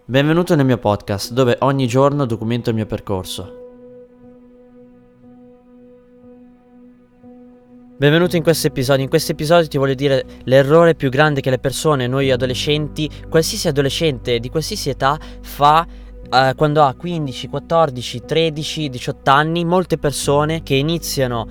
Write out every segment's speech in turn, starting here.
Benvenuto nel mio podcast, dove ogni giorno documento il mio percorso. Benvenuto in questo episodio. In questo episodio ti voglio dire l'errore più grande che le persone, noi adolescenti, qualsiasi adolescente di qualsiasi età fa quando ha 15, 14, 13, 18 anni. Molte persone che iniziano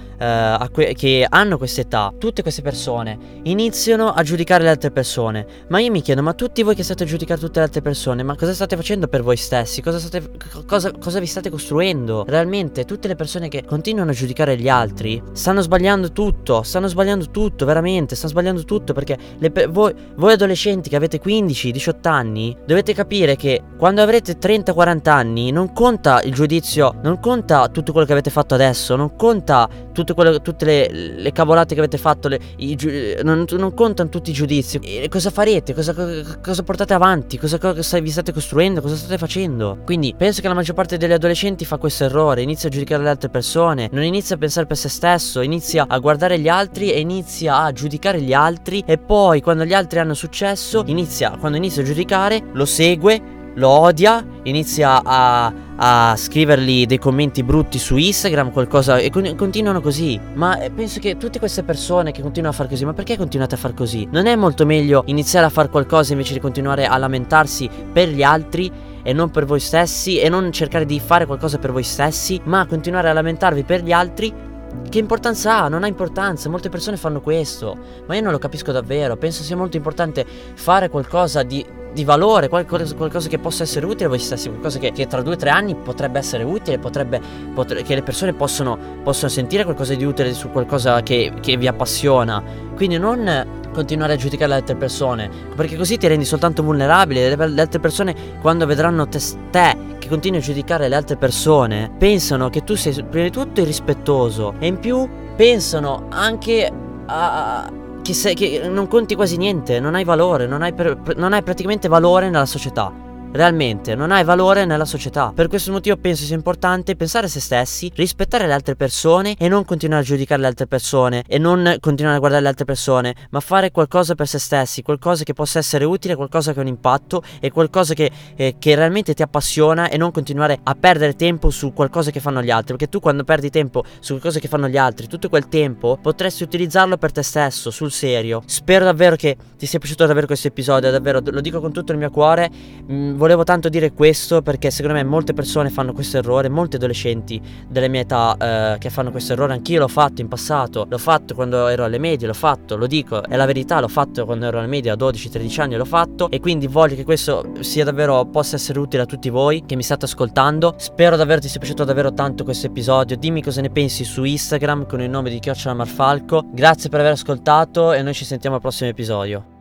che hanno quest'età, tutte queste persone iniziano a giudicare le altre persone. Ma io mi chiedo, ma tutti voi che state a giudicare tutte le altre persone, ma cosa state facendo per voi stessi? Cosa vi state costruendo? Realmente tutte le persone che continuano a giudicare gli altri stanno sbagliando tutto, veramente stanno sbagliando tutto, perché voi adolescenti che avete 15, 18 anni dovete capire che quando avrete 30-40 anni non conta il giudizio, non conta tutto quello che avete fatto adesso, non conta tutte le cavolate che avete fatto, non contano tutti i giudizi. E cosa farete? Cosa portate avanti? Cosa vi state costruendo? Cosa state facendo? Quindi penso che la maggior parte degli adolescenti fa questo errore, inizia a giudicare le altre persone, non inizia a pensare per se stesso, inizia a guardare gli altri e inizia a giudicare gli altri, e poi quando gli altri hanno successo quando inizia a giudicare, lo segue, lo odia, inizia a scrivergli dei commenti brutti su Instagram, qualcosa, e continuano così. Ma penso che tutte queste persone che continuano a far così, ma perché continuate a far così? Non è molto meglio iniziare a fare qualcosa invece di continuare a lamentarsi per gli altri e non per voi stessi, e non cercare di fare qualcosa per voi stessi, ma continuare a lamentarvi per gli altri? Che importanza ha? Non ha importanza. Molte persone fanno questo, ma io non lo capisco davvero. Penso sia molto importante fare qualcosa di valore, qualcosa che possa essere utile a voi stessi, qualcosa che tra 2-3 anni potrebbe essere utile, che le persone possono sentire qualcosa di utile su qualcosa che vi appassiona. Quindi non continuare a giudicare le altre persone, perché così ti rendi soltanto vulnerabile. Le altre persone, quando vedranno te che continui a giudicare le altre persone, pensano che tu sei prima di tutto irrispettoso, e in più pensano anche che non conti quasi niente, non hai valore, non hai praticamente valore nella società. Realmente non hai valore nella società. Per questo motivo penso sia importante pensare a se stessi, rispettare le altre persone e non continuare a giudicare le altre persone, e non continuare a guardare le altre persone, ma fare qualcosa per se stessi, qualcosa che possa essere utile, qualcosa che ha un impatto, e qualcosa che realmente ti appassiona, e non continuare a perdere tempo su qualcosa che fanno gli altri. Perché tu, quando perdi tempo su qualcosa che fanno gli altri, tutto quel tempo potresti utilizzarlo per te stesso, sul serio. Spero davvero che ti sia piaciuto davvero questo episodio, davvero, lo dico con tutto il mio cuore. Volevo tanto dire questo perché secondo me molte persone fanno questo errore, molti adolescenti delle mie età che fanno questo errore. Anch'io l'ho fatto in passato, l'ho fatto quando ero alle medie, lo dico, è la verità, l'ho fatto quando ero alle medie a 12-13 anni, l'ho fatto, e quindi voglio che questo possa essere utile a tutti voi che mi state ascoltando. Spero davvero ti sia piaciuto davvero tanto questo episodio. Dimmi cosa ne pensi su Instagram con il nome di @marfalco. Grazie per aver ascoltato e noi ci sentiamo al prossimo episodio.